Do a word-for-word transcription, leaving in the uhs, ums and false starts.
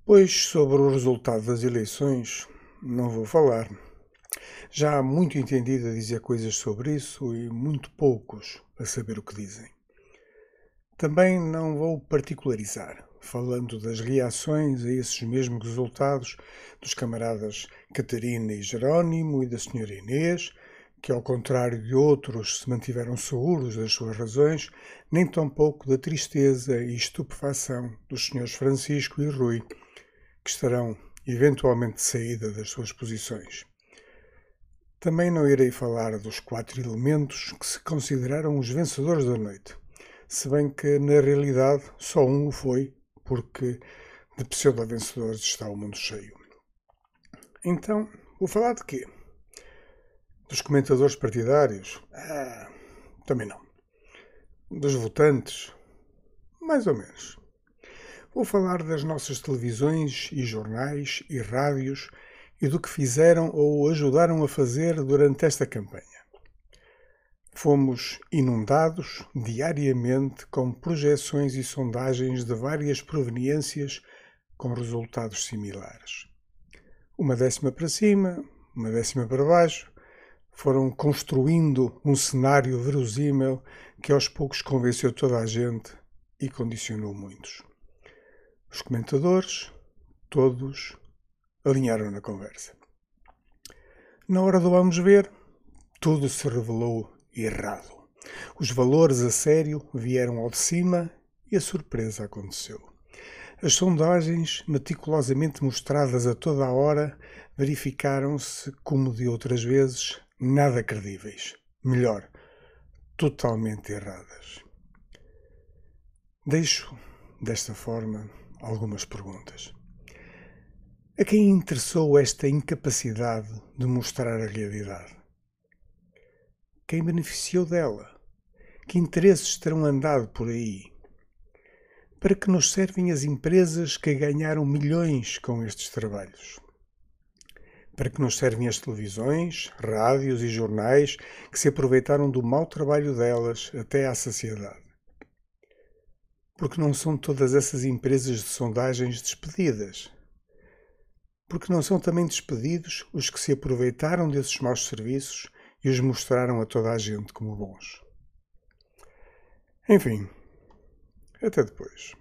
Pois, sobre o resultado das eleições, não vou falar. Já há muito entendido a dizer coisas sobre isso e muito poucos a saber o que dizem. Também não vou particularizar, falando das reações a esses mesmos resultados dos camaradas Catarina e Jerónimo e da senhora Inês, que, ao contrário de outros, se mantiveram seguros das suas razões, nem tampouco da tristeza e estupefação dos senhores Francisco e Rui, que estarão eventualmente de saída das suas posições. Também não irei falar dos quatro elementos que se consideraram os vencedores da noite, se bem que, na realidade, só um o foi, porque de pseudo-vencedores está o mundo cheio. Então, vou falar de quê? Dos comentadores partidários? Ah, também não. Dos votantes? Mais ou menos. Vou falar das nossas televisões e jornais e rádios e do que fizeram ou ajudaram a fazer durante esta campanha. Fomos inundados diariamente com projeções e sondagens de várias proveniências com resultados similares. Uma décima para cima, uma décima para baixo, foram construindo um cenário verosímil que aos poucos convenceu toda a gente e condicionou muitos. Os comentadores, todos, alinharam na conversa. Na hora do vamos ver, tudo se revelou errado. Os valores a sério vieram ao de cima e a surpresa aconteceu. As sondagens, meticulosamente mostradas a toda a hora, verificaram-se, como de outras vezes, nada credíveis. Melhor, totalmente erradas. Deixo, desta forma, algumas perguntas. A quem interessou esta incapacidade de mostrar a realidade? Quem beneficiou dela? Que interesses terão andado por aí? Para que nos servem as empresas que ganharam milhões com estes trabalhos? Para que nos servem as televisões, rádios e jornais que se aproveitaram do mau trabalho delas até à saciedade? Porque não são todas essas empresas de sondagens despedidas? Porque não são também despedidos os que se aproveitaram desses maus serviços e os mostraram a toda a gente como bons? Enfim, até depois.